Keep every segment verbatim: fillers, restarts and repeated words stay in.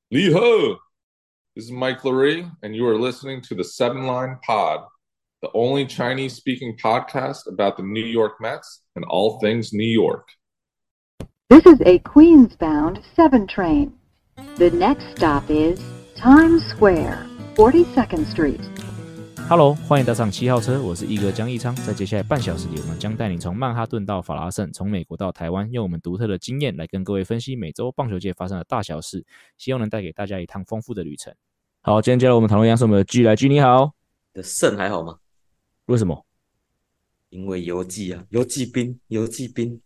Lee Ho! This is Mike Lurie, and you are listening to the Seven Line Pod, the only Chinese speaking podcast about the New York Mets and all things New York. This is a Queens-bound seven train. The next stop is Times Square, forty-second Street. Hello， 欢迎搭上七号车，我是一哥江一昌。在接下来半小时里，我们将带你从曼哈顿到法拉盛，从美国到台湾，用我们独特的经验来跟各位分析美洲棒球界发生的大小事，希望能带给大家一趟丰富的旅程。好，今天加入我们讨论一样是我们的 G 来 G， 你好。 的肾还好吗？ 为什么？ 因为游记啊，游记兵，游记兵。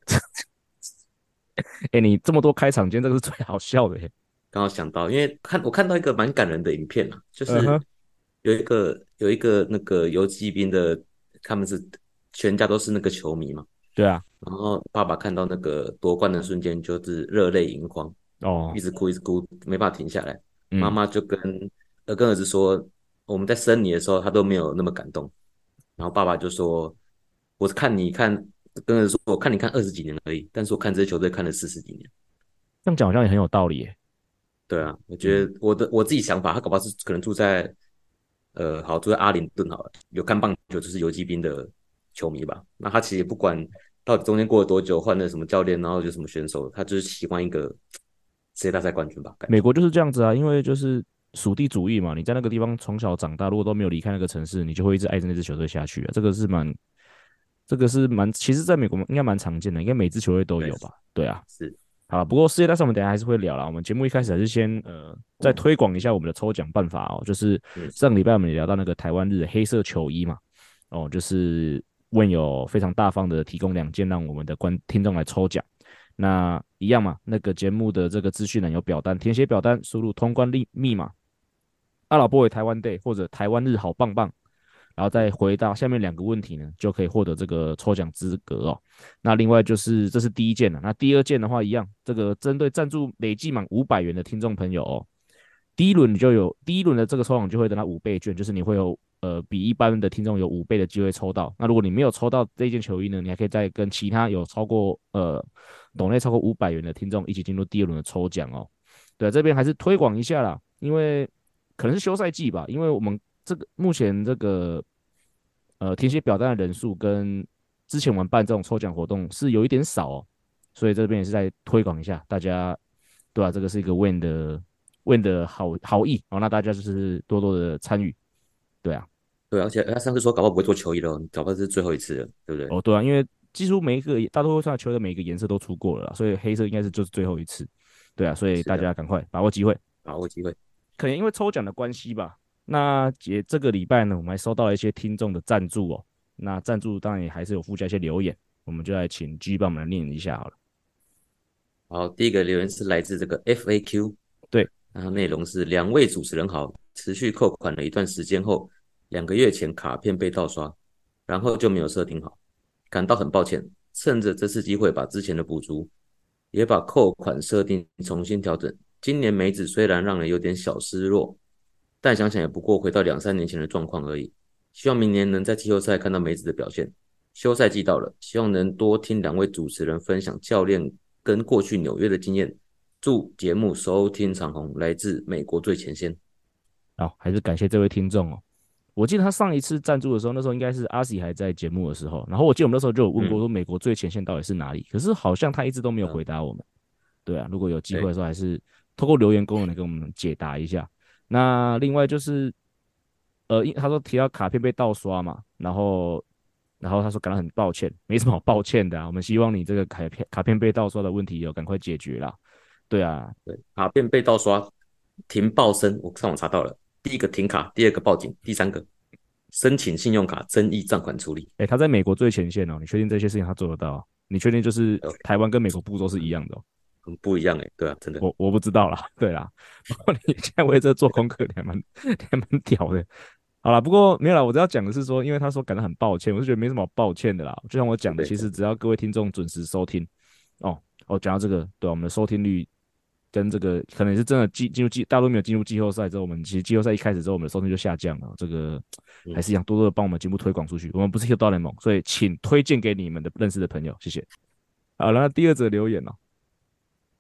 哎、欸，你这么多开场，今天这个是最好笑的耶。 刚好想到，因为看我看到一个蛮感人的影片啊，就是有一个、uh-huh. 有一个那个游击兵的，他们是全家都是那个球迷嘛。 对啊。 然后爸爸看到那个夺冠的瞬间，就是热泪盈眶，哦，一直哭一直哭，没办法停下来。嗯、妈妈就跟呃跟儿子说，我们在生你的时候，他都没有那么感动。然后爸爸就说，我看你看。跟人说，我看你看二十几年而已，但是我看这些球队看了四十几年。 这样讲好像也很有道理耶。 对啊，我觉得我的、嗯、我自己想法，他搞不好是可能住在呃，好住在阿灵顿好了，有看棒球就是游击兵的球迷吧。那他其实也不管到底中间过了多久，换了什么教练，然后有什么选手，他就是喜欢一个世界大赛冠军吧。 美国就是这样子啊，因为就是属地主义嘛，你在那个地方从小长大，如果都没有离开那个城市，你就会一直爱着那支球队下去啊。这个是蛮。这个是蛮，其实在美国应该蛮常见的，应该每支球队都有吧？对啊， 是。 好，不过世界大赛我们等一下还是会聊啦。我们节目一开始还是先呃再推广一下我们的抽奖办法哦，就是上个礼拜我们也聊到那个台湾日的黑色球衣嘛，哦，就是问有非常大方的提供两件让我们的观听众来抽奖。那一样嘛，那个节目的这个资讯栏有表单，填写表单，输入通关密码，阿拉伯为台湾 day 或者台湾日好棒棒。然后再回答下面两个问题呢，就可以获得这个抽奖资格哦。那另外就是这是第一件了，那第二件的话一样，这个针对赞助累计满五百元的听众朋友哦，第一轮你就有第一轮的这个抽奖就会得到五倍券，就是你会有呃比一般的听众有五倍的机会抽到。那如果你没有抽到这件球衣呢，你还可以再跟其他有超过呃斗内超过五百元的听众一起进入第二轮的抽奖哦。对，这边还是推广一下啦，因为可能是休赛季吧，因为我们。这个目前这个呃填写表单的人数跟之前我们办这种抽奖活动是有一点少哦，所以这边也是在推广一下，大家对吧、啊？这个是一个 win 的 win 的好好意哦，那大家就是多多的参与，对啊， 对，而且他上次说搞不好不会做球衣了，搞不好是最后一次了，对不对？ 哦，对啊，因为几乎每一个大多数上球的每一个颜色都出过了啦，所以黑色应该是就是最后一次，对啊，所以大家赶快把握机会， 把握机会， 可能因为抽奖的关系吧。那也这个礼拜呢，我们还收到了一些听众的赞助哦。那赞助当然也还是有附加一些留言，我们就来请 G 帮我们来念一下好了。 好，第一个留言是来自这个 F A Q， 对， 然后内容是两位主持人好，持续扣款了一段时间后，两个月前卡片被盗刷，然后就没有设定好，感到很抱歉，趁着这次机会把之前的补足，也把扣款设定重新调整。今年梅子虽然让人有点小失落。但想想也不过回到两三年前的状况而已。希望明年能在季后赛看到梅子的表现。休赛季到了，希望能多听两位主持人分享教练跟过去纽约的经验。祝节目收听长虹，来自美国最前线。 好，还是感谢这位听众哦。我记得他上一次赞助的时候，那时候应该是阿喜还在节目的时候，然后我记得我们那时候就有问过说美国最前线到底是哪里，嗯、可是好像他一直都没有回答我们。嗯、对啊，如果有机会的时候，还是透过留言功能来给我们解答一下。那另外就是，呃，他说提到卡片被盗刷嘛，然后，然后他说感到很抱歉，没什么好抱歉的啊。我们希望你这个卡片卡片被盗刷的问题有赶快解决啦。对啊， 对，卡片被盗刷，停报声，我上网查到了，第一个停卡，第二个报警，第三个申请信用卡争议账款处理。 哎，他在美国最前线哦，你确定这些事情他做得到？你确定就是台湾跟美国步骤是一样的哦？ 很不一样哎，对啊，真的， 我我不知道啦，对啦，不过你现在为这做功课，你还蛮你还蛮屌的。好啦，不过没有啦，我只要讲的是说，因为他说感到很抱歉，我是觉得没什么好抱歉的啦。就像我讲的，其实只要各位听众准时收听，哦，哦，讲到这个，对、啊、我们的收听率跟这个可能是真的进进入季，大陆没有进入季后赛之后，我们其实季后赛一开始之后，我们的收听就下降了。这个还是一样，多多的帮我们节目推广出去。我们不是 Q 大联盟，所以请推荐给你们的认识的朋友，谢谢。好了，那第二则留言哦。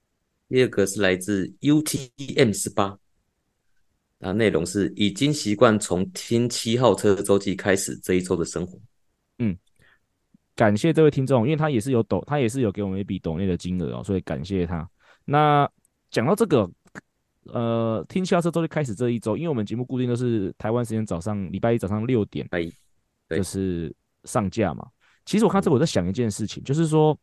第二个是来自 U T M 十八，啊，内容是已经习惯从听七号车周记开始这一周的生活。 嗯，感谢这位听众，因为他也是有抖，他也是有给我们一笔抖内的金额哦，所以感谢他。那讲到这个，呃，听七号车周记开始这一周，因为我们节目固定都是台湾时间早上礼拜一早上六点， 拜一， 就对， 是上架嘛。其实我看这嗯， 个我在想一件事情，就是说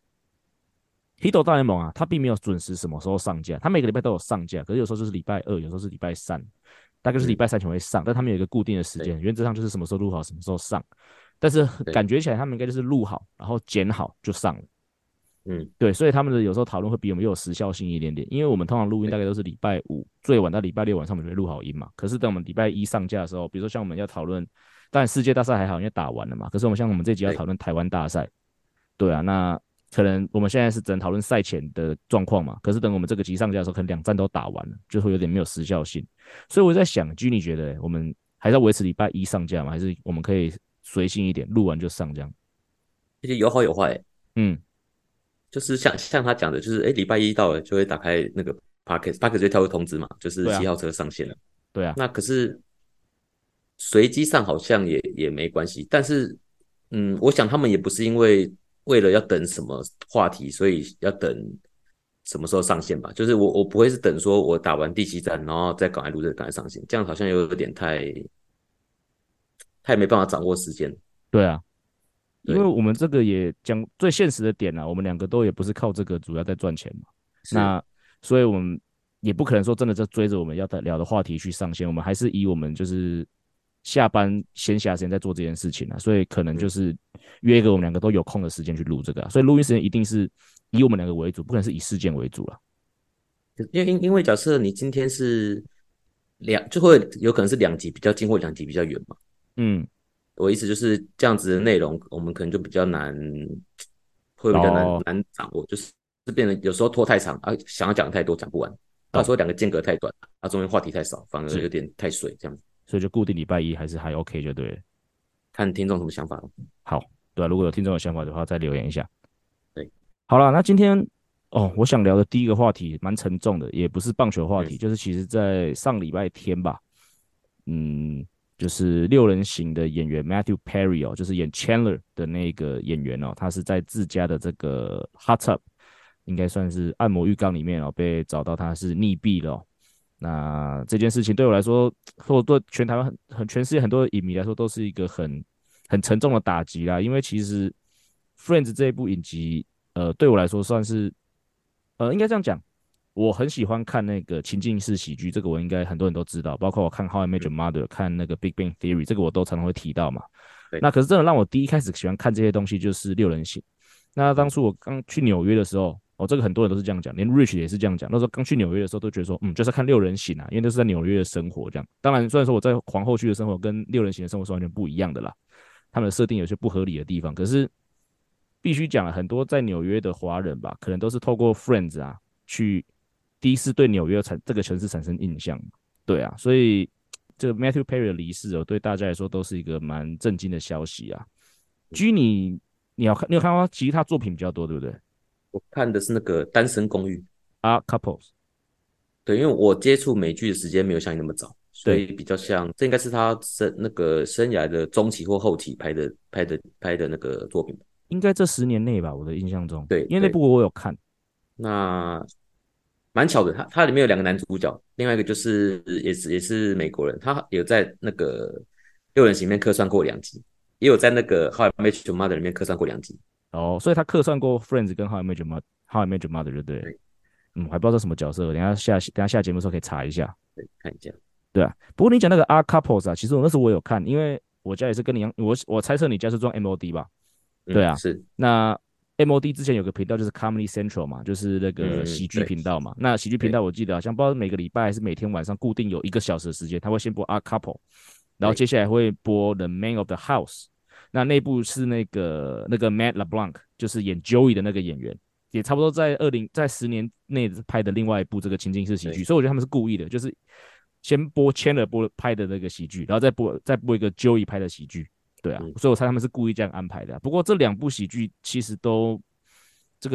，Hito 大联盟啊，它并没有准时什么时候上架，它每个礼拜都有上架，可是有时候就是礼拜二，有时候是礼拜三，大概就是礼嗯， 拜三才会上，但他们有一个固定的时对， 间，原则上就是什么时候录好，什么时候上。但是对， 感觉起来他们应该就是录好，然后剪好就上了。 嗯， 对，所以他们的有时候讨论会比我们又有时效性一点点，因为我们通常录音大对， 概都是礼拜五最晚到礼拜六晚上我们就会录好音嘛。可是等我们礼拜一上架的时候，比如说像我们要讨论，当然世界大赛还好，因为打完了嘛。可是我们像我们这集要对， 讨论台湾大赛，对啊，那可能我们现在是只能讨论赛前的状况嘛。可是等我们这个集上架的时候，可能两站都打完了，就会有点没有时效性。所以我在想，G 你觉得我们还是要维持礼拜一上架吗？还是我们可以随性一点，录完就上这样？ 其实有好有坏， 嗯， 就是像像他讲的，就是哎，礼拜一到了就会打开那个 Podcast，Podcast 就会跳出通知嘛，就是对啊， 七号车上线了。 对啊， 那可是随机上好像也也没关系，但是嗯，我想他们也不是因为为了要等什么话题，所以要等什么时候上线吧。就是我我不会是等说我打完第七站，然后再赶快录这赶快上线，这样好像有点太太没办法掌握时间。 对啊。因为对， 我们这个也讲最现实的点啊，我们两个都也不是靠这个主要在赚钱嘛， 是， 那所以我们也不可能说真的在追着我们要聊的话题去上线，我们还是以我们就是下班闲暇时间在做这件事情啊，所以可能就嗯， 是约一个我们两个都有空的时间去录这个啊，所以录音时间一定是以我们两个为主，不可能是以事件为主了。 因为因为假设你今天是两，就会有可能是两集比较近或两集比较远嘛。 嗯， 我意思就是这样子的内容，我们可能就比较难，会比较难哦， 难掌握，就是变得有时候拖太长啊，想要讲的太多讲不完，到时懂， 候两个间隔太短，啊，中间话题太少，反而是， 有点太水，这样子， 所以就固定礼拜一还是还 OK 就对了。 看听众什么想法了。 好，对啊，如果有听众有想法的话，再留言一下。 对， 好了，那今天哦，我想聊的第一个话题蛮沉重的，也不是棒球话嗯， 题，就是其实在上礼拜天吧，嗯，就是六人行的演员 Matthew Perry 哦，就是演 Chandler 的那个演员哦，他是在自家的这个 hot tub，应该算是按摩浴缸里面哦，被找到他是溺毙了哦。那这件事情对我来说，或对全台湾很很全世界很多影迷来说，都是一个很很沉重的打击啦。因为其实《Friends》这一部影集，呃，对我来说算是，呃，应该这样讲，我很喜欢看那个情境式喜剧，这个我应该很多人都知道，包括我看《How I Met 嗯， Your Mother》，看那个《Big Bang Theory》，这个我都常常会提到嘛。 对， 那可是真的让我第一开始喜欢看这些东西，就是六人行。那当嗯， 初我刚去纽约的时候，哦，这个很多人都是这样讲，连 Rich 也是这样讲。那时候刚去纽约的时候，都觉得说，嗯，就是看六人行啊，因为都是在纽约的生活这样。当然，虽然说我在皇后区的生活跟六人行的生活是完全不一样的啦，他们的设定有些不合理的地方，可是必须讲了，很多在纽约的华人吧，可能都是透过 Friends 啊，去第一次对纽约产这个城市产生印象。对啊，所以这个 Matthew Perry 的离世哦，对大家来说都是一个蛮震惊的消息啊。G 你你要看，你有看到其实他作品比较多，对不对？ 我看的是那个《单身公寓》， 啊，Couples， 对，因为我接触美剧的时间没有像你那么早，所对， 以比较像，这应该是他生那个生涯的中期或后期拍的拍的拍的那个作品。 应该这十年内吧，我的印象中， 对对， 因为那部我有看。 那蛮巧的，他他里面有两个男主角，另外一个就是也是也是美国人，他有在那个六人行里面客串过两集，也有在那个《How I Met Your Mother》里面客串过两集。 哦，所以他客串过 Friends 跟 How I Met Your Mother， How I Met Your Mother 就对了。 对嗯，还不知道这什么角色，等一下下等一下下节目的时候可以查一下。 对，看一下。 对啊，不过你讲那个 R Couples 啊，其实我那时候我有看，因为我家也是跟你一样，我我猜测你家是装 M O D 吧？对嗯， 啊， 是， 那 M O D 之前有个频道就是 Comedy Central 嘛，就是那个嗯， 喜剧对频道嘛。那喜剧频对道我记得好像不知道每个礼拜还是每天晚上固定有一个小时的时间，他会先播 R Couple，然后对接下来会播 The Man of the House。那那部是那个那个 Matt LeBlanc，就是演 Joey 的那个演员，也差不多在二零在十年内拍的另外一部这个情境式喜剧， 对， 所以我觉得他们是故意的，就是先播 Chandler 播拍的那个喜剧，然后再播再播一个 Joey 拍的喜剧。对啊， 嗯， 所以我猜他们是故意这样安排的啊。不过这两部喜剧其实都这个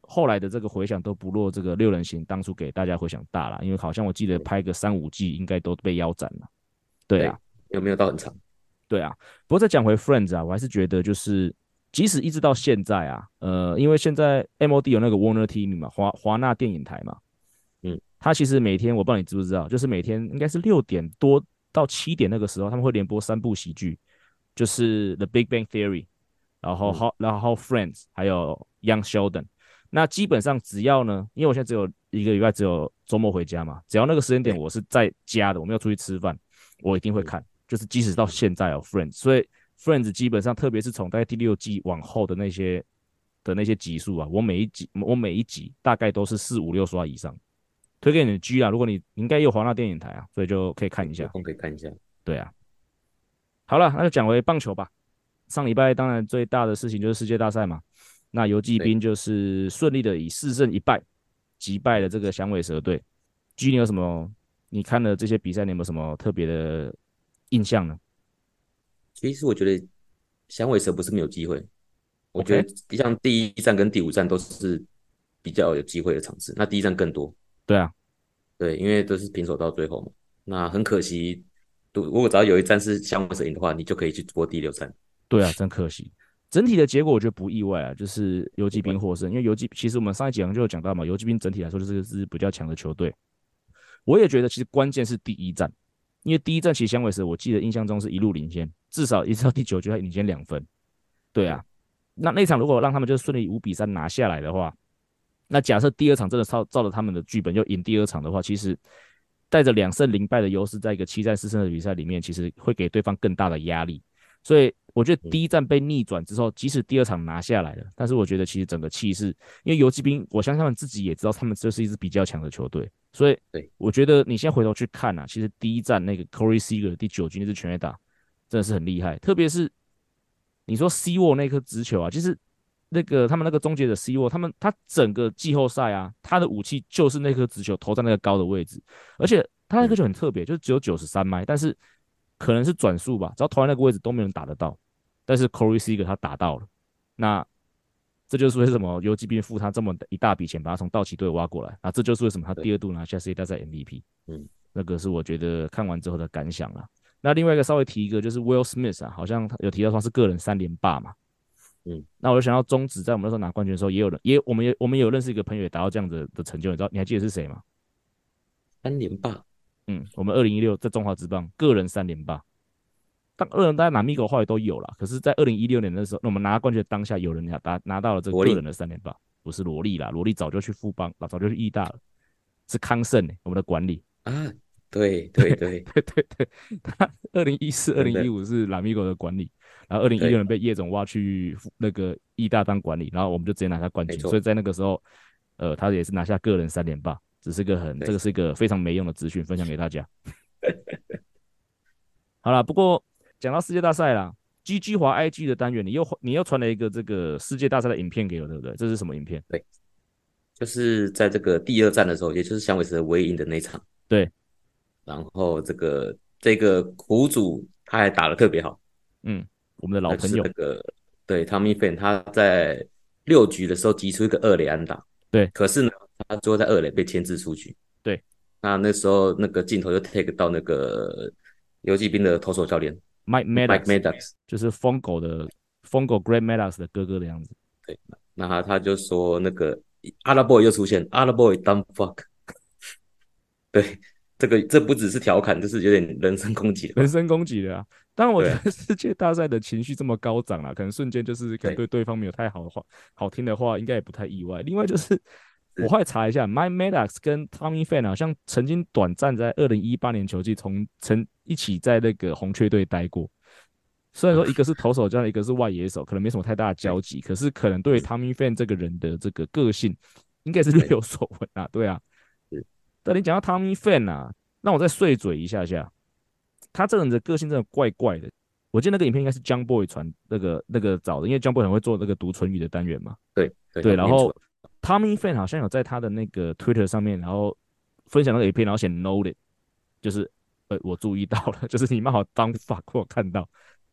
后来的这个回响都不若这个六人行当初给大家回响大啦，因为好像我记得拍个三五季应该都被腰斩了。对啊， 有没有到很长？ 对啊。不过再讲回 Friends 啊，我还是觉得就是即使一直到现在啊，呃，因为现在 M O D 有那个 Warner T V 嘛，华华纳电影台嘛， 嗯， 他其实每天我不知道你知不知道，就是每天应该是六点多到七点那个时候，他们会连播三部喜剧，就是 The Big Bang Theory，然后、嗯、然后 Friends， 还有 Young Sheldon。那基本上只要呢，因为我现在只有一个礼拜只有周末回家嘛，只要那个时间点我是在家的，我没有出去吃饭，我一定会看。就是即使到现在哦 ，Friends， 所以 Friends 基本上，特别是从大概第六季往后的那些的那些集数啊，我每一集我每一集大概都是四五六刷以上。推给你的 G 啊，如果你你应该有华纳电影台啊，所以就可以看一下。有空可以看一下。 对啊。好了，那就讲回棒球吧。上礼拜当然最大的事情就是世界大赛嘛。那游骑兵就是顺利的以四胜一败击败了这个响尾蛇队。G， 你有什么？你看了这些比赛，你有没有什么特别的印象呢？ 其实我觉得响尾蛇不是没有机会，我觉得像第一站跟第五站都是比较有机会的场次，那第一站更多。 对啊， 对，因为都是平手到最后嘛。那很可惜，如果只要有一站是响尾蛇赢的话，你就可以去播第六站。 对啊，真可惜。整体的结果我觉得不意外啊，就是游骑兵获胜。因为游骑其实我们上一集好像就有讲到嘛，游骑兵整体来说就是是比较强的球队。我也觉得其实关键是第一站，因为第一站其实响尾蛇我记得印象中是一路领先，至少一直到第九局还领先两分。对啊，那那场如果让他们就顺利五比三拿下来的话，那假设第二场真的照照着他们的剧本就赢第二场的话，其实带着两胜零败的优势，在一个七战四胜的比赛里面，其实会给对方更大的压力。所以我觉得第一战被逆转之后，即使第二场拿下来了，但是我觉得其实整个气势，因为游骑兵，我相信他们自己也知道，他们就是一支比较强的球队，所以我觉得你现在回头去看啊，其实第一战那个 Corey Seager 第九局那支全垒打真的是很厉害，特别是你说 C 沃那颗直球啊，其实那个他们那个终结者 C 沃，他们他整个季后赛啊，他的武器就是那颗直球投在那个高的位置，而且他那颗球很特别，就是只有九十三迈，但是可能是转速吧，只要投在那个位置都没人打得到，但是 Corey Seager 他打到了，那这就是为什么游骑兵付他这么一大笔钱把他从道奇队挖过来，那这就是为什么他第二度拿下世界大赛 M V P。嗯，那个是我觉得看完之后的感想啦。那另外一个稍微提一个就是 Will Smith 啊，好像有提到他是个人三连霸嘛。嗯，那我就想到中职在我们那时候拿冠军的时候，也有人也我们也我们也有认识一个朋友也达到这样的的成就，你知道你还记得是谁吗？ 三连霸。 嗯，我们二零一六在中华职棒个人三连霸，当二人大家拿 Migo 后来都有了，可是，在二零一六年的时候，那我们拿冠军的当下，有人拿拿到了这个个人的三连霸，不是罗莉啦，罗莉早就去富邦，早就去义大了，是康盛、欸、我们的管理啊，对对对对对对，他二零一四、二零一五是拉米狗的管理，然后二零一六年被叶总挖去那个义大当管理，然后我们就直接拿下冠军，所以在那个时候，呃，他也是拿下个人三连霸。只是个很，这个是一个非常没用的资讯，分享给大家。好啦，不过讲到世界大赛啦 ，G G 滑 I G 的单元，你又你又传了一个这个世界大赛的影片给我，对不对？这是什么影片？ 对，就是在这个第二站的时候，也就是响尾蛇唯一赢的那场。 对， 然后这个这个苦主他还打得特别好， 嗯，我们的老朋友， 那个对 Tommy Pham 他在六局的时候击出一个二垒安打， 对， 可是呢。他最后在二垒被牵制出局。 对， 那那时候那个镜头就 take 到那个游骑兵的投手教练 Mike Maddox， Mike Maddox 就是疯狗的疯狗 Greg Maddox 的哥哥的样子。 对，那他他就说那个阿拉 boy 又出现，阿拉 boy dumb fuck。对，这个这不只是调侃，这是有点人身攻击的， 人身攻击的啊。当然，我觉得世界大赛的情绪这么高涨啊，可能瞬间就是可能对对方没有太好的话、好听的话，应该也不太意外。另外就是。我后来查一下 ，Mike Maddox 跟 Tommy Pham 好像曾经短暂在二零一八年球季从曾一起在那个红雀队待过。虽然说一个是投手教练，一个是外野手，可能没什么太大的交集，可是可能对 Tommy Pham 这个人的这个个性，应该是略有所闻啊。对啊，但你讲到 Tommy Pham 啊，让我再碎嘴一下下，他这人的个性真的怪怪的。我记得那个影片应该是 John Boy 传那个那个找的，因为 John Boy 很会做那个读唇语的单元嘛。 对对，对然后。Tommy Pham 好像有在他的那个 Twitter 上面，然后分享那个影片，然后写 noted， 就是呃我注意到了，就是你们好当 fuck 我看到，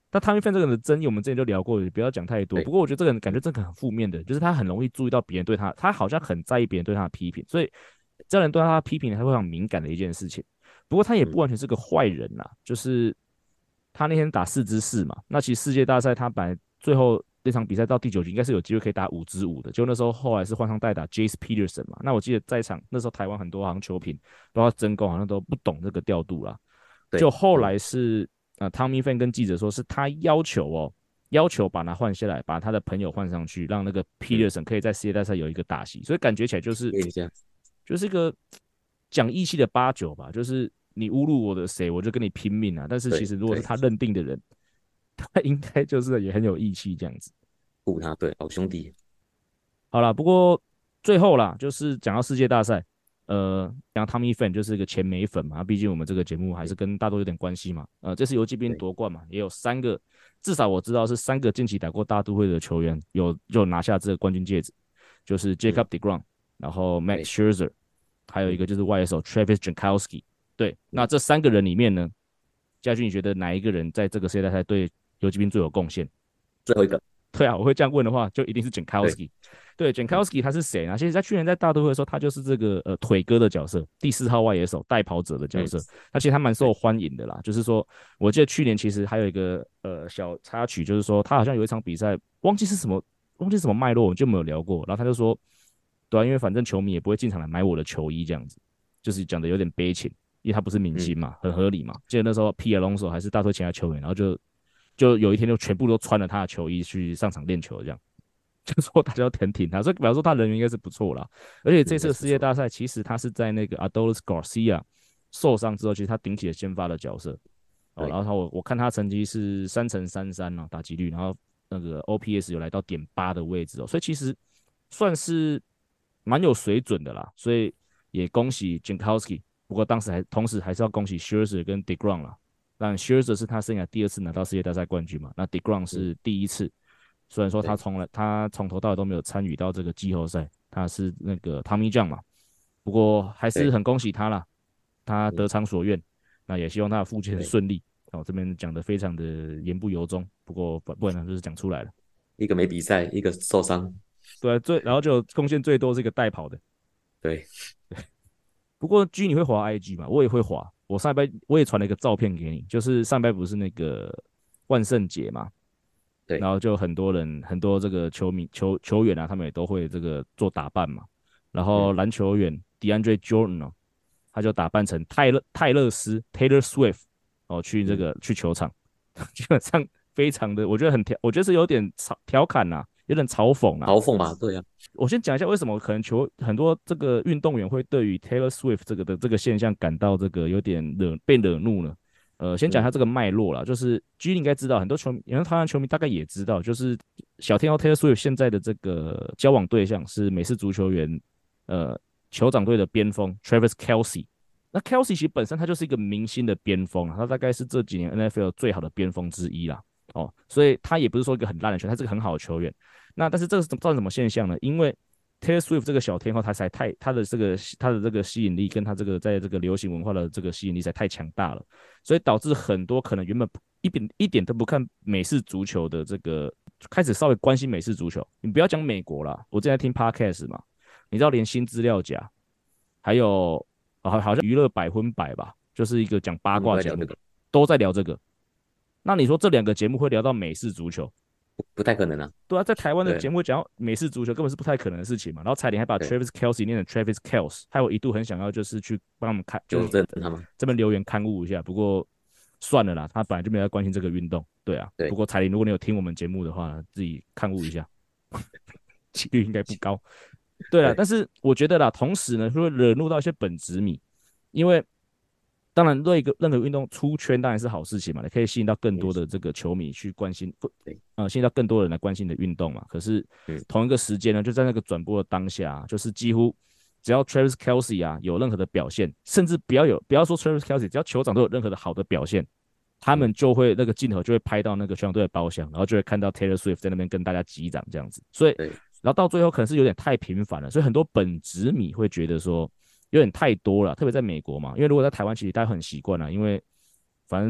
但汤米范这个人的争议，我们之前就聊过，不要讲太多。不过我觉得这个人感觉这个很负面的，就是他很容易注意到别人对他，他好像很在意别人对他的批评，所以这样人对他的批评，他会很敏感的一件事情。不过他也不完全是个坏人啦，就是他那天打四支四嘛，那其实世界大赛他本来最后那场比赛到第九局应该是有机会可以打五支五的，就那时候后来是换上代打 Jace Peterson 嘛，那我记得在场那时候台湾很多好像球评，包括真宫好像都不懂这个调度啦，就后来是。呃，汤米范跟记者说，是他要求哦，要求把他换下来，把他的朋友换上去，让那个 Peterson 可以在世界大赛有一个打席，所以感觉起来就是，就是一个讲义气的八九吧，就是你侮辱我的谁，我就跟你拼命啊。但是其实如果是他认定的人，他应该就是也很有义气这样子， 护他，对，好兄弟。 好啦，不过最后啦，就是讲到世界大赛。呃，讲 Tommy Fan 就是一个前美粉嘛，毕竟我们这个节目还是跟大都有点关系嘛。呃，这次游击兵夺冠嘛，也有三个，至少我知道是三个近期打过大都会的球员有就拿下这个冠军戒指，就是 Jacob deGrom，、嗯、然后 Max Scherzer， 还有一个就是外野手 Travis Jankowski。对，嗯、那这三个人里面呢，家俊你觉得哪一个人在这个世界大赛对游击兵最有贡献？ 最后一个。 对啊，我会这样问的话，就一定是 Jankowski。对 ，Jankowski 他是谁呢？其实他去年在大都会的时候，他就是这个呃腿哥的角色，第四号外野手带跑者的角色。他其实他蛮受欢迎的啦。就是说，我记得去年其实还有一个呃小插曲，就是说他好像有一场比赛，忘记是什么，忘记是什么脉络，我们就没有聊过。然后他就说，对啊，因为反正球迷也不会进场来买我的球衣，这样子，就是讲的有点悲情，因为他不是明星嘛，很合理嘛。记得那时候 P. Alonso 还是大都会其他球员，然后就就有一天就全部都穿了他的球衣去上场练球，这样。就说大家要挺挺他，所以表示说他人缘应该是不错啦。而且这次的世界大赛，其实他是在那个 Adolis Garcia 受伤之后，其实他顶起了先发的角色。哦，然后他我我看他成绩是三乘三三啊，打击率，然后那个 O P S 有来到点八的位置哦，所以其实算是蛮有水准的啦。所以也恭喜 Jankowski， 不过当时还同时还是要恭喜 Scherzer 跟 deGrom 啦。但 Scherzer 是他生涯第二次拿到世界大赛冠军嘛，那 deGrom 是第一次。嗯，虽然说他从来他从头到尾都没有参与到这个季后赛，他是那个 Tommy John 嘛，不过还是很恭喜他啦，他得偿所愿，那也希望他的复健顺利。哦，这边讲的非常的言不由衷，不过不然就是讲出来了。 一个没比赛，一个受伤， 对，最然后就贡献最多是一个代跑的， 对。 不过 G 你会滑 I G 嘛？我也会滑，我上一拜我也传了一个照片给你，就是上一拜不是那个万圣节嘛。 对， 然后就很多人，很多这个球迷、球球员啊，他们也都会这个做打扮嘛。然后篮球员 DeAndre Jordan 哦，他就打扮成泰勒泰勒斯 Taylor Swift 哦，去这个、嗯、去球场，基本上非常的，我觉得很调，我觉得是有点嘲调侃呐、啊，有点嘲讽啊。 嘲讽嘛，对啊。 我先讲一下为什么可能球很多这个运动员会对于 Taylor Swift 这个的这个现象感到这个有点惹被惹怒呢。呃，先讲一下这个脉络啦，嗯、就是 G 应该知道，很多球迷，因为台湾球迷大概也知道，就是小天后 Taylor Swift 现在的这个交往对象是美式足球员，呃，酋长队的边锋 Travis Kelce。那 Kelce 其实本身他就是一个明星的边锋啊，他大概是这几年 N F L 最好的边锋之一啦。哦，所以他也不是说一个很烂的球员，他是个很好的球员。那但是这个造成什么现象呢？因为 Taylor Swift 这个小天后，他才太他的这个他的这个吸引力，跟他这个在这个流行文化的这个吸引力才太强大了，所以导致很多可能原本一点一点都不看美式足球的这个，开始稍微关心美式足球。你不要讲美国啦，我正在听 podcast 嘛，你知道连新资料夹，还有好好像娱乐百分百吧，就是一个讲八卦节目，都在聊这个。那你说这两个节目会聊到美式足球？ 不太可能啊。 对啊，在台湾的节目讲到美式足球根本是不太可能的事情嘛。然后彩铃还把 Travis Kelce 念成 Travis Kelce， 害我一度很想要就是去帮他们看，就是他们这边留言刊物一下。不过算了啦，他本来就没有在关心这个运动。对啊，对不过彩铃，如果你有听我们节目的话，自己刊物一下，几率应该不高。对啊，但是我觉得啦，同时呢，会惹怒到一些本职迷，因为当然，对一个任何运动出圈当然是好事情嘛，可以吸引到更多的这个球迷去关心，呃，吸引到更多人来关心你的运动嘛。可是同一个时间呢，就在那个转播的当下、啊，就是几乎只要 Travis Kelce 啊有任何的表现，甚至不要有不要说 Travis Kelce， 只要球场都有任何的好的表现，他们就会那个镜头就会拍到那个球场队的包厢，然后就会看到 Taylor Swift 在那边跟大家击掌这样子。所以，然后到最后可能是有点太频繁了，所以很多本职迷会觉得说。有点太多了，特别在美国嘛，因为如果在台湾，其实大家很习惯了，因为反正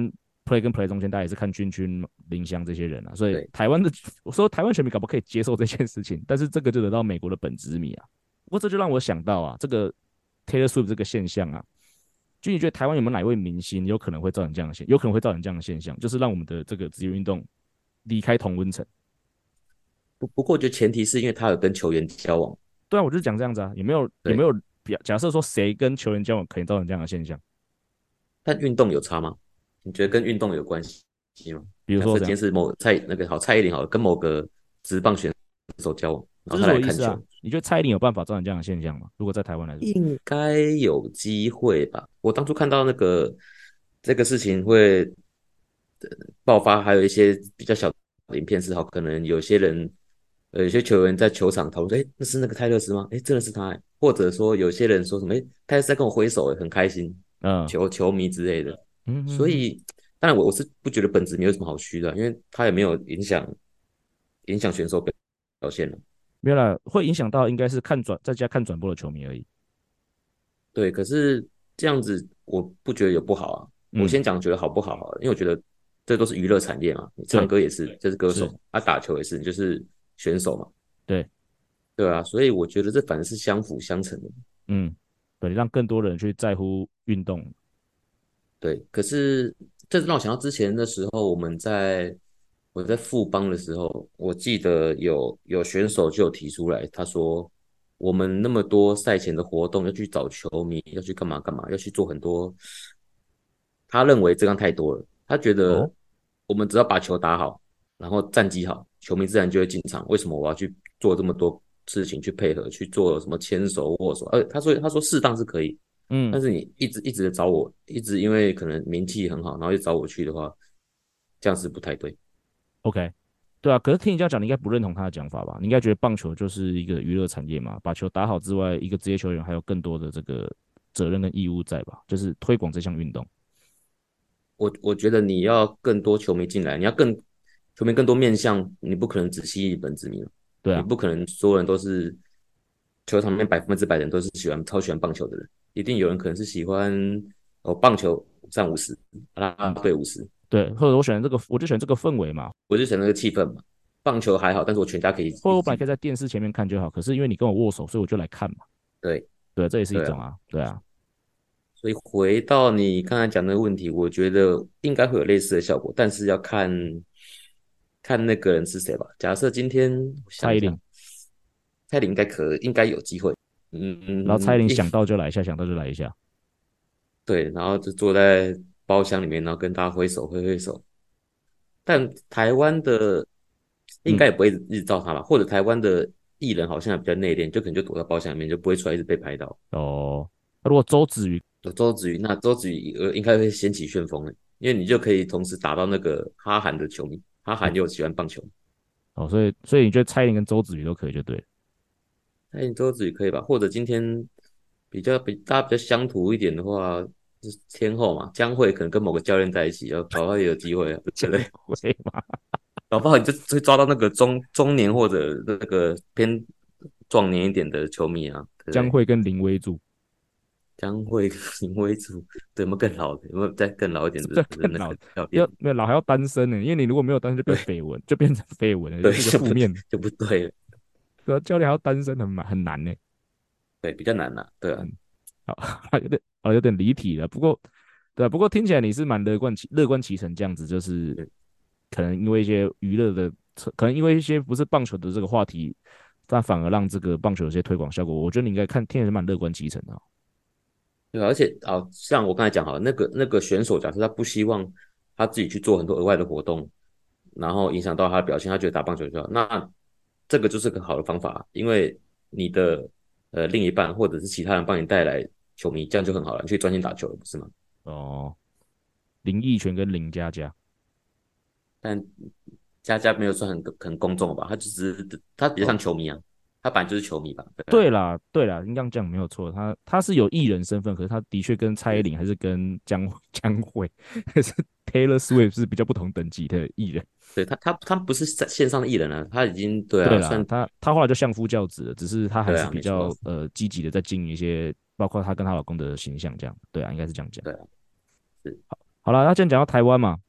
play 跟 play 中间，大家也是看君君、林香这些人啊，所以对台湾的我说台湾球迷搞不好可以接受这件事情，但是这个就得到美国的本质迷啊。不过这就让我想到啊，这个 Taylor Swift 这个现象啊，就你觉得台湾有没有哪一位明星有可能会造成这样的现，有可能会造成这样的现象，就是让我们的这个职业运动离开同温层？ 不不过，我觉得前提是因为他有跟球员交往。 对啊，我就是讲这样子啊，有没有有没对， 有假设说谁跟球员交往可能造成这样的现象？ 但运动有差吗？你觉得跟运动有关系吗？假设今比如说这样， 天是某蔡那个好蔡依林好了，跟某个职棒选手交往，然后这是他来看球， 我的意思啊。你觉得蔡依林有办法造成这样的现象吗？如果在台湾来说， 应该有机会吧？我当初看到那个这个事情会呃爆发，还有一些比较小的影片是好，可能有些人呃有些球员在球场讨论说，哎，那是那个泰勒斯吗？哎，真的是他欸，或者说有些人说什么，哎，泰勒斯在跟我挥手，很开心， 嗯球球迷之类的。 嗯嗯嗯， 所以，当然我我是不觉得本质没有什么好虚的啊，因为他也没有影响影响选手表表现了。 没有啦，会影响到应该是看转在家看转播的球迷而已。 对，可是这样子我不觉得有不好啊。我嗯， 先讲觉得好不好好了，因为我觉得这都是娱乐产业嘛，你唱对， 歌也是，就是歌是， 手，啊打球也是，你就是选手嘛， 对， 对啊，所以我觉得这反而是相辅相成的。 嗯，对，让更多人去在乎运动。 对，可是这让我想到之前的时候，我们在我在富邦的时候，我记得有有选手就有提出来，他说我们那么多赛前的活动要去找球迷，要去干嘛干嘛，要去做很多，他认为这样太多了，他觉得哦我们只要把球打好，然后战绩好，球迷自然就会进场。为什么我要去做这么多事情去配合，去做什么牵手握手？呃，他说他说适当是可以， 嗯但是你一直一直的找我，一直因为可能名气很好，然后就找我去的话，这样是不太对。 ，OK，对啊。可是听你这样讲，你应该不认同他的讲法吧？你应该觉得棒球就是一个娱乐产业嘛，把球打好之外，一个职业球员还有更多的这个责任跟义务在吧？就是推广这项运动。 我我觉得你要更多球迷进来，你要更球迷更多面向，你不可能只吸引本子迷嘛， 对啊， 你不可能所有人都是球场里面百分之百的人都是喜欢超喜欢棒球的人，一定有人可能是喜欢哦棒球占五十，啦啦嗯， 队五十， 对，或者我选这个，我就选这个氛围嘛， 我就选那个气氛嘛。棒球还好，但是我全家可以或者我本来可以一起进场。 在电视前面看就好，可是因为你跟我握手，所以我就来看嘛。 对对，这也是一对啊， 种啊，对啊， 所以回到你刚才讲的问题，我觉得应该会有类似的效果，但是要看看那个人是谁吧。假设今天我想一下， 蔡依林， 蔡琳应该可应该有机会， 然后蔡依嗯，一林想到就来一下，想到就来一下。 对，然后就坐在包厢里面，然后跟大家挥手挥挥手。但台湾的应嗯， 该也不会一直照他吧，或者台湾的艺人好像也比较内敛，就可能就躲在包厢里面，就不会出来一直被拍到。 哦，那如果周子瑜， 有周子瑜，那周子瑜呃应该会掀起旋风诶，因为你就可以同时打到那个哈韩的球迷，哈哦韩又喜欢棒球， 哦，所以所以你觉得蔡依林跟周子瑜都可以就对了。 那你周子瑜可以吧？或者今天比较比大家比较乡土一点的话，就是天后嘛，江蕙可能跟某个教练在一起，要搞不好也有机会啊，对不对？ 会吗？ 搞不好你就会抓到那个中中年或者那个偏壮年一点的球迷啊，对不对？ 江蕙跟林威柱， 江蕙、林威祖，对，有没有更老的？有没有再更老一点的这的那更老， 个教练？ 要没有老还要单身呢，因为你如果没有单身就变对绯闻，就变成绯闻了，就对， 是一个就不负面。 就不对了， 对啊，教练还要单身很难很难呢。 对，比较难呐、对啊， 嗯，好，有点哦有点离题了，不过对啊，不过听起来你是蛮乐观其乐观其成这样子，就是对， 可能因为一些娱乐的，可能因为一些不是棒球的这个话题，但反而让这个棒球有些推广效果。我觉得你应该看听起来是蛮乐观其成的哦。 对啊，而且啊，像我刚才讲好了，那个那个选手，假设他不希望他自己去做很多额外的活动，然后影响到他的表现，他觉得打棒球就好，那这个就是个好的方法啊，因为你的呃另一半或者是其他人帮你带来球迷，这样就很好了，你可以专心打球了，不是吗？ 哦，林奕泉跟林佳佳， 但佳佳没有算很很公众吧，他只是他比较像哦， 球迷啊，他本来就是球迷吧，对啊， 对啦，对啦，应该这样没有错。他他是有艺人身份，可是他的确跟蔡依对林还是跟江江蕙还是 Taylor Swift 是比较不同等级的艺人。 对他他他不是在线上的艺人啊，他已经对啊， 对啦， 算他他后来就相夫教子了，只是他还对啊， 是比较没错， 呃积极的在经营一些，包括她跟她老公的形象这样。对啊，应该是这样讲。 对啊，是。 好了，那既然讲到台湾嘛，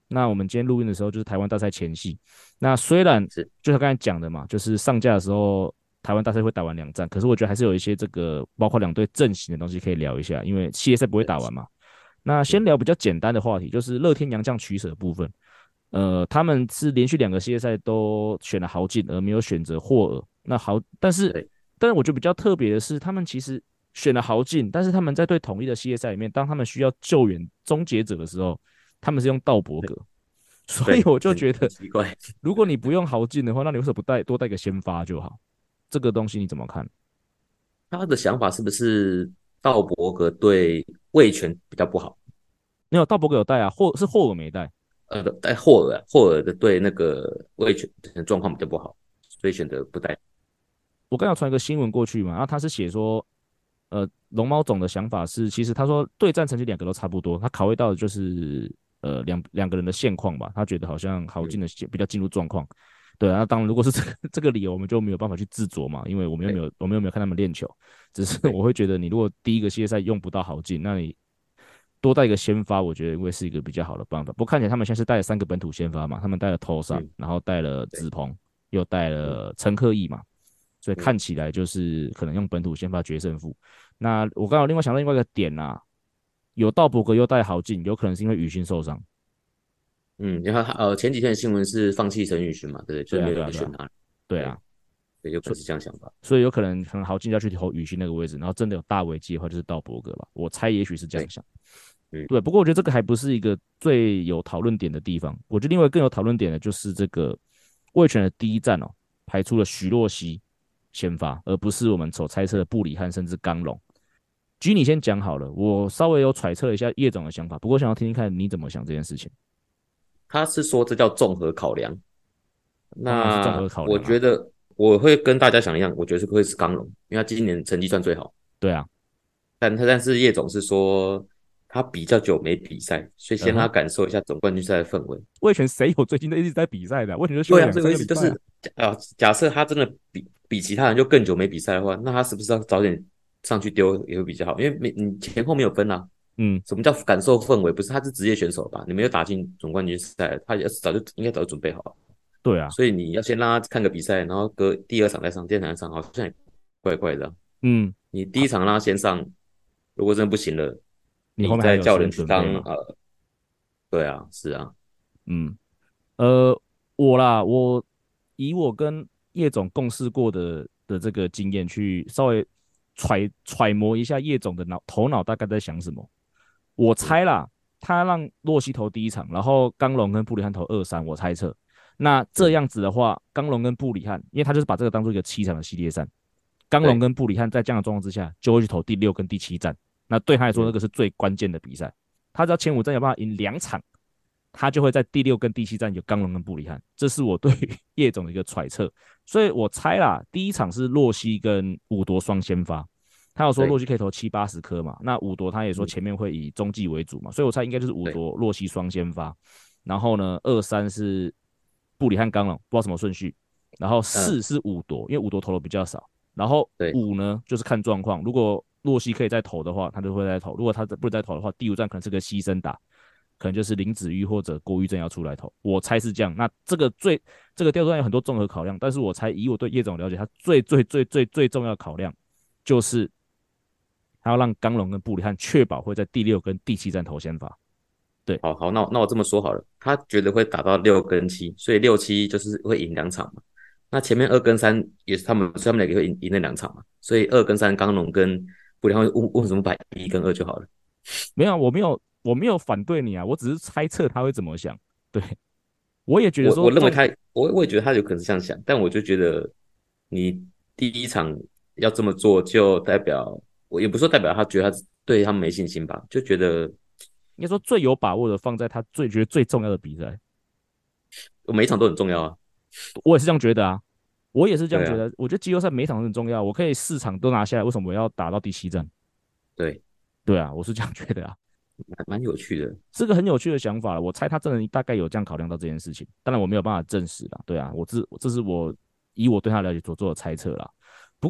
那我们今天录音的时候就是台湾大赛前夕。那虽然是就像刚才讲的嘛，就是上架的时候台湾大赛会打完两站，可是我觉得还是有一些这个包括两队阵型的东西可以聊一下，因为系列赛不会打完嘛。那先聊比较简单的话题，就是乐天洋将取舍的部分。呃，他们是连续两个系列赛都选了豪进，而没有选择霍尔。那豪，但是但是我觉得比较特别的是，他们其实选了豪进，但是他们在对统一的系列赛里面，当他们需要救援终结者的时候，他们是用道伯格。所以我就觉得，如果你不用豪进的话，那你为什么不带多带个先发就好？这个东西你怎么看？ 他的想法是不是道伯格对卫权比较不好？ 没有，道伯格有带啊，霍是霍尔没带。 呃，带霍尔，霍尔的对那个卫权的状况比较不好，所以选择不带。 我刚刚传一个新闻过去嘛，然后他是写说，呃，龙猫总的想法是，其实他说对战成绩两个都差不多，他考虑到的就是呃两两个人的现况吧，他觉得好像豪进的比较进入状况。对啊，那当然如果是这个这个理由，我们就没有办法去自酌嘛，因为我们又没有我们又没有看他们练球，只是我会觉得你如果第一个系列赛用不到豪进，那你多带一个先发，我觉得会是一个比较好的办法。不过看起来他们现在是带了三个本土先发嘛，他们带了头上，嗯、然后带了子鹏，又带了陈克义嘛，所以看起来就是可能用本土先发决胜负。那我刚好另外想到另外一个点啊，有道伯格又带豪进，有可能是因为宇勋受伤。 嗯，然后呃前几天的新闻是放弃陈宇勋嘛，对不对？就没有选他。 对啊， 对，有可能是这样想法。 所以有可能可能豪进要去投宇勋那个位置，然后真的有大危机的话，就是道伯格吧。我猜也许是这样想。对, 对，不过我觉得这个还不是一个最有讨论点的地方。我觉得另外更有讨论点的就是这个卫权的第一站哦，排出了徐若曦先发，而不是我们所猜测的布里汉甚至刚龙。G 你先讲好了，我稍微有揣测一下叶总的想法，不过想要听听看你怎么想这件事情。 他是说这叫综合考量，那是综合考量、啊、 我觉得我会跟大家想一样，我觉得是会是刚龙，因为他今年成绩算最好。 对啊， 但他但是叶总是说他比较久没比赛，所以先让他感受一下总冠军赛的氛围。 卫权谁有最近都一直在比赛的、啊？卫权就休两三个礼拜、啊。 对啊，这个意思就是啊，假设他真的比比其他人就更久没比赛的话，那他是不是要早点上去丢也会比较好？因为你前后没有分啊。 嗯， 什么叫感受氛围？不是他是职业选手吧？你没有打进总冠军赛，他也早就应该早就准备好了。 对啊， 所以你要先让他看个比赛，然后隔第二场再上，第二场再上，好像也怪怪的、啊。 嗯， 你第一场让他先上，如果真的不行了， 你后面再叫人去当呃， 对啊，是啊， 嗯，呃，我啦，我以我跟叶总共事过的的这个经验，去稍微揣揣摩一下叶总的脑头脑大概在想什么。我猜啦，他让洛西投第一场，然后刚龙跟布里汉投二三，我猜测。那这样子的话，刚龙跟布里汉，因为他就是把这个当做一个七场的系列赛，刚龙跟布里汉在这样的状况之下，就会去投第六跟第七战。那对他来说，那个是最关键的比赛。他只要前五战有办法赢两场，他就会在第六跟第七战有刚龙跟布里汉。这是我对于叶总的一个揣测。所以我猜啦，第一场是洛西跟武夺双先发。他有说洛西可以投七八十颗嘛，那武夺他也说前面会以中继为主嘛，所以我猜应该就是武夺洛西双先发。然后呢，二三是布里汉刚龙，不知道什么顺序。然后四是武夺，因为武夺投的比较少。然后五呢就是看状况，如果洛西可以再投的话，他就会再投；如果他不能再投的话，第五站可能是个牺牲打，可能就是林子瑜或者郭玉正要出来投。我猜是这样。那这个最这个调度有很多综合考量，但是我猜以我对叶总了解，他最最最最最重要的考量就是他要让刚龙跟布里汉确保会在第六跟第七站投先发。对， 好好，那我那我这么说好了，他觉得会打到六跟七，所以六七就是会赢两场嘛。那前面二跟三也是他们，他们两个会赢赢那两场嘛，所以二跟三刚龙跟布里汉问为什么摆一跟二就好了？ 没有，我没有，我没有反对你啊，我只是猜测他会怎么想。对，我也觉得说， 我我认为他，我我也觉得他有可能是这样想，但我就觉得你第一场要这么做，就代表我也不是说代表他觉得他对他们没信心吧，就觉得应该说最有把握的放在他最觉得最重要的比赛， 我每一场都很重要啊。 我也是这样觉得啊，我也是这样觉得。啊、我觉得季后赛每一场都很重要，我可以四场都拿下来，为什么我要打到第七站？ 对， 对啊，我是这样觉得啊， 蛮有趣的， 是个很有趣的想法了。我猜他真的大概有这样考量到这件事情，当然我没有办法证实啦。对啊，我这这是我以我对他了解所做的猜测啦。不过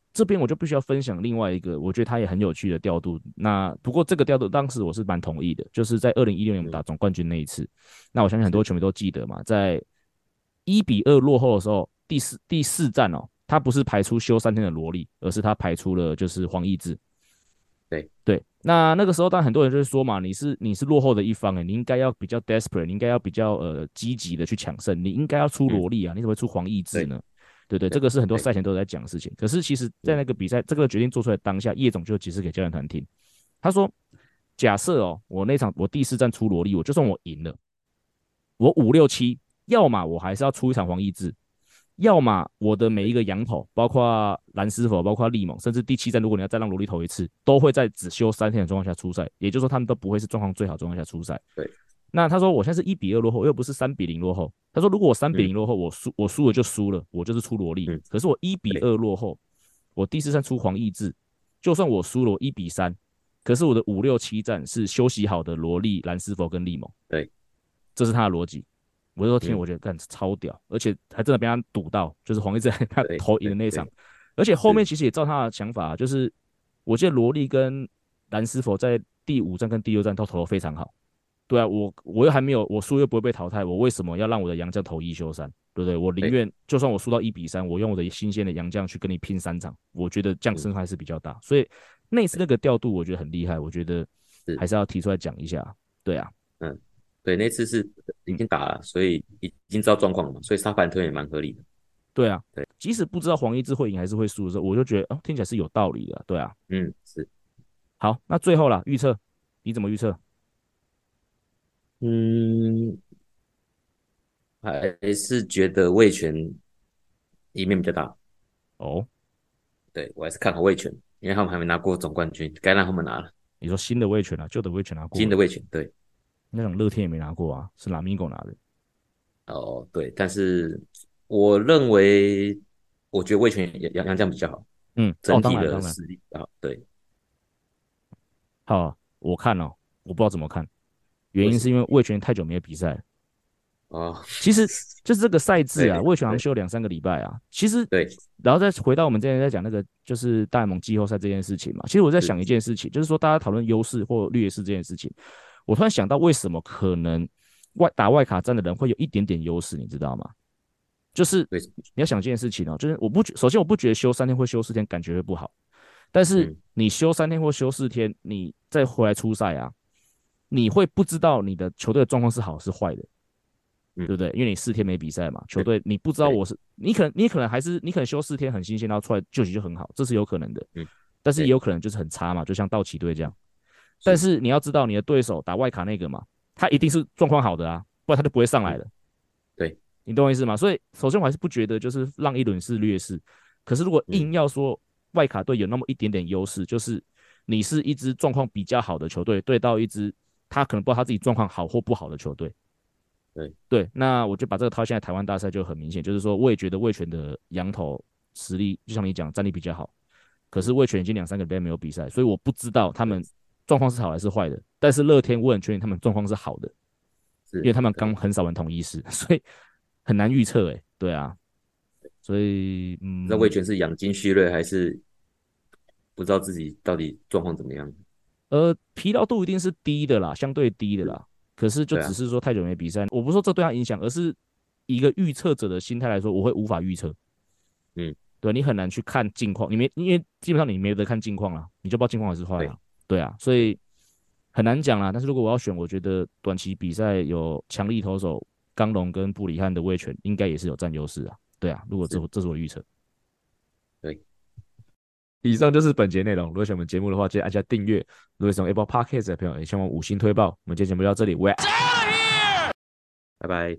这边我就必须要分享另外一个，我觉得他也很有趣的调度。那不过这个调度当时我是蛮同意的，就是在二零一六年我们打总冠军那一次。那我相信很多球迷都记得嘛，在一比二落后的时候，第四第四战哦，他不是排出休三天的罗莉，而是他排出了就是黄义志。 对对，那那个时候，当然很多人就是说嘛，你是你是落后的一方，哎，你应该要比较 desperate，你应该要比较呃积极的去抢胜，你应该要出罗莉啊，你怎么会出黄义志呢？对对，这个是很多赛前都在讲的事情。可是其实，在那个比赛这个决定做出来当下，叶总就解释给教练团听，他说：假设哦，我那场我第四站出罗莉，我就算我赢了，我五六七，要么我还是要出一场黄义志，要么我的每一个羊头，包括蓝斯否，包括利猛，甚至第七站，如果你要再让罗莉投一次，都会在只休三天的状况下出赛，也就是说他们都不会是状况最好的状况下出赛。 对。 那他说我现在是一比二落后，又不是三比零落后。他说如果我三比零落后，我输我输了就输了，我就是出罗莉。可是我一比二落后，我第四站出黄义志，就算我输了，我一比三，可是我的五六七站是休息好的罗莉、蓝斯否跟利猛。 对， 这是他的逻辑。我就说听，我觉得干超屌，而且还真的被他赌到，就是黄义志他投赢的那一场，而且后面其实也照他的想法，就是我记得罗莉跟蓝斯否在第五站跟第六站都投的非常好。对啊，我我又还没有，我输又不会被淘汰，我为什么要让我的洋将投一休三？对不对？我宁愿就算我输到一比三，我用我的新鲜的洋将去跟你拼三场，我觉得这样伤害是比较大。所以那次那个调度我觉得很厉害，我觉得还是要提出来讲一下。对啊， 嗯，对，那次是已经打了，所以已经知道状况了嘛，所以沙盘推也蛮合理的。 对啊， 对， 即使不知道黄义志会赢还是会输的时候，我就觉得哦，听起来是有道理的啊。对啊， 嗯，是。 好，那最后啦，预测你怎么预测？ 嗯，还是觉得味全赢面比较大。 哦， 对，我还是看好味全，因为他们还没拿过总冠军，该让他们拿了。 你说新的味全啊，旧的味全拿过了， 新的味全，对。 那种乐天也没拿过啊，是拉米狗拿的。 哦，对，但是我认为，我觉得味全杨杨将比较好， 嗯， 整体哦、 的实力比较好。对， 好，我看哦，我不知道怎么看，原因是因为味全太久没有比赛了。 哦， 其实就是这个赛制啊，味全好像休两三个礼拜啊。其实对， 然后再回到我们之前在讲那个就是大联盟季后赛这件事情嘛。其实我在想一件事情，就是说大家讨论优势或劣势这件事情，我突然想到为什么可能外打外卡战的人会有一点点优势，你知道吗？就是你要想一件事情哦，就是我不首先我不觉得休三天或休四天感觉会不好，但是你休三天或休四天，你再回来出赛啊，你会不知道你的球队的状况是好是坏的。对不对？因为你四天没比赛嘛，球队你不知道我是你可能你可能还是你可能休四天很新鲜，然后出来救急就很好，这是有可能的。嗯，但是也有可能就是很差嘛，就像道奇队这样。但是你要知道，你的对手打外卡那个嘛，他一定是状况好的啊，不然他就不会上来了。 对， 你懂我意思吗？所以首先我还是不觉得就是让一轮是劣势，可是如果硬要说外卡队有那么一点点优势，就是你是一支状况比较好的球队对到一支他可能不知道他自己状况好或不好的球队。 对对，那我就把这个套现在台湾大赛就很明显，就是说我也觉得味全的洋头实力，就像你讲战力比较好，可是味全已经两三个礼拜没有比赛，所以我不知道他们状况是好还是坏的。但是乐天我很确定他们状况是好的，因为他们刚很少玩同一师，所以很难预测哎。对啊，所以嗯， 那味全是养精蓄锐还是不知道自己到底状况怎么样？ 呃，疲劳度一定是低的啦，相对低的啦。可是就只是说太久没比赛，啊、我不是说这对他影响，而是一个预测者的心态来说，我会无法预测。嗯，对你很难去看近况，你没因为基本上你没得看近况啦，你就不知道近况还是坏啊。对啊，所以很难讲啦。但是如果我要选，我觉得短期比赛有强力投手刚龙跟布里汉的味全，应该也是有占优势啊。对啊，如果这这是我预测。 对。 以上就是本节内容。如果喜欢我们节目的话，记得按下订阅。如果是用 Apple Podcast 的朋友，也希望五星推爆。我们今天节目就到这里，拜拜。